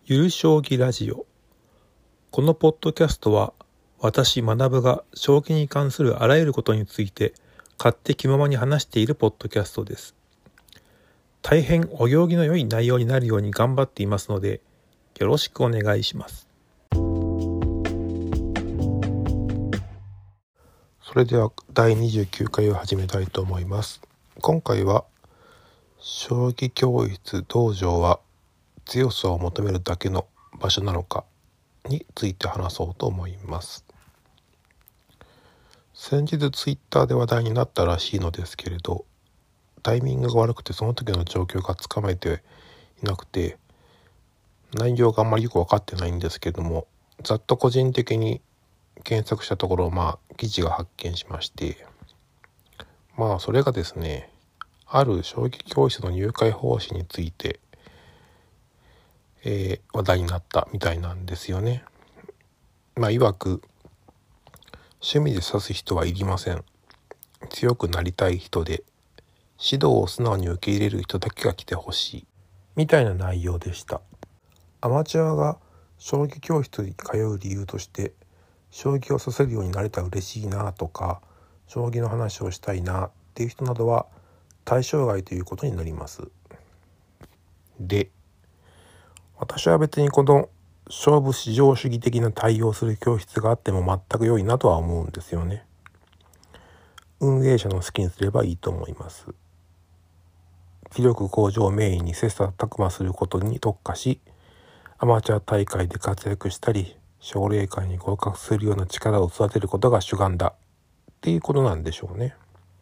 ゆる将棋ラジオ。このポッドキャストは私学が将棋に関するあらゆることについて勝手気ままに話しているポッドキャストです。大変お行儀の良い内容になるように頑張っていますのでよろしくお願いします。それでは第29回を始めたいと思います。今回は将棋教室道場は強さを求めるだけの場所なのかについて話そうと思います。先日ツイッターで話題になったらしいのですけれど、タイミングが悪くてその時の状況がつかめていなくて内容があんまりよく分かってないんですけども、ざっと個人的に検索したところ記事が発見しまして、それがですね、ある将棋教室の入会方針について、話題になったみたいなんですよね。曰く趣味で指す人はいりません。強くなりたい人で指導を素直に受け入れる人だけが来てほしいみたいな内容でした。アマチュアが将棋教室に通う理由として、将棋を指せるようになれたら嬉しいなとか、将棋の話をしたいなっていう人などは対象外ということになります。で、私は別にこの勝負至上主義的な対応する教室があっても全く良いなとは思うんですよね。運営者の好きにすればいいと思います。気力向上をメインに切磋琢磨することに特化し、アマチュア大会で活躍したり奨励会に合格するような力を育てることが主眼だっていうことなんでしょうね。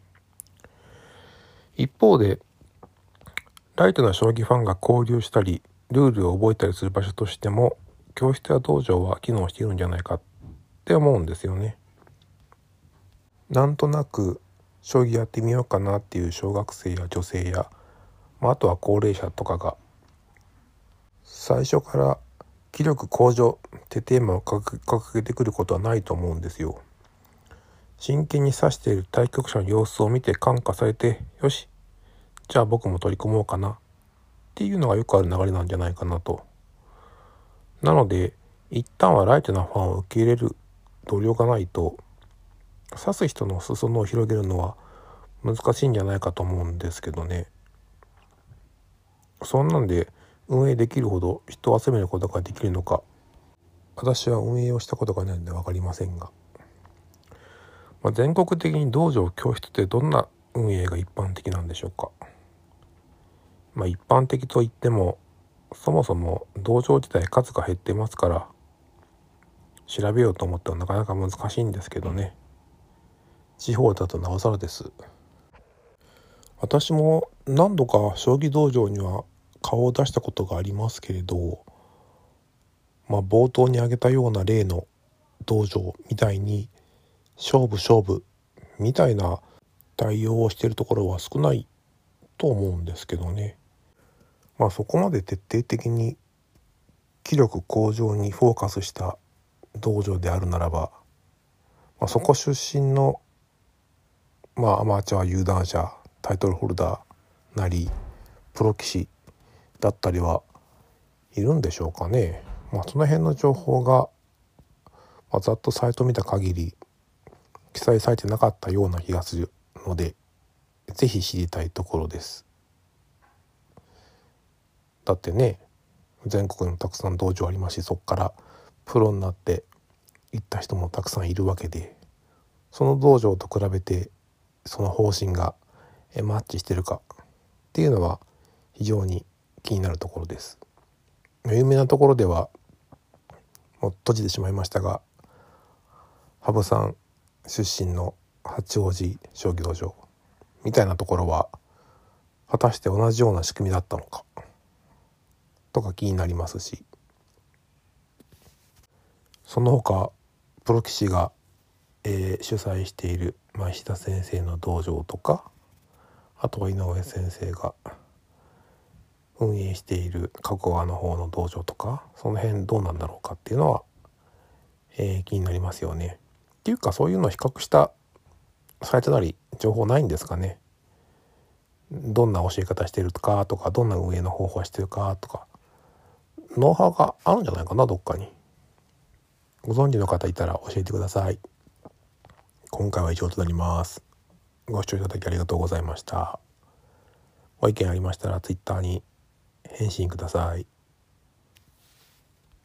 一方でライトな将棋ファンが交流したりルールを覚えたりする場所としても教室や道場は機能しているんじゃないかって思うんですよね。なんとなく将棋やってみようかなっていう小学生や女性や、あとは高齢者とかが最初から気力向上ってテーマを掲げてくることはないと思うんですよ。真剣に指している対局者の様子を見て感化されて、よしじゃあ僕も取り込もうかなっていうのがよくある流れなんじゃないかなと。なので一旦はライトなファンを受け入れる度量がないと指す人の裾野を広げるのは難しいんじゃないかと思うんですけどね。そんなんで運営できるほど人を集めることができるのか、私は運営をしたことがないので分かりませんが、全国的に道場教室ってどんな運営が一般的なんでしょうか。一般的といってもそもそも道場自体数が減ってますから調べようと思ってはなかなか難しいんですけどね。地方だとなおさらです。私も何度か将棋道場には顔を出したことがありますけれど、冒頭に挙げたような例の道場みたいに勝負みたいな対応をしているところは少ないと思うんですけどね。そこまで徹底的に気力向上にフォーカスした道場であるならば、そこ出身のアマチュア有段者タイトルホルダーなりプロ棋士だったりはいるんでしょうかね。その辺の情報が、ざっとサイト見た限り記載されてなかったような気がするので、ぜひ知りたいところです。だってね、全国にもたくさん道場ありますし、そこからプロになって行った人もたくさんいるわけで、その道場と比べてその方針がマッチしてるかっていうのは非常に気になるところです。有名なところではもう閉じてしまいましたが、羽生さん出身の八王子将棋道場みたいなところは果たして同じような仕組みだったのかとか気になりますし、その他プロ棋士が、主催している石田先生の道場とか、あとは井上先生が運営している加古川の方の道場とか、その辺どうなんだろうかっていうのは、気になりますよね。っていうかそういうのを比較したサイトなり情報ないんですかね。どんな教え方してるかとか、どんな運営の方法してるかとか、 ノウハウがあるんじゃないかな、どっかに。ご存知の方いたら教えてください。今回は以上となります。ご視聴いただきありがとうございました。ご意見ありましたら Twitter に返信ください。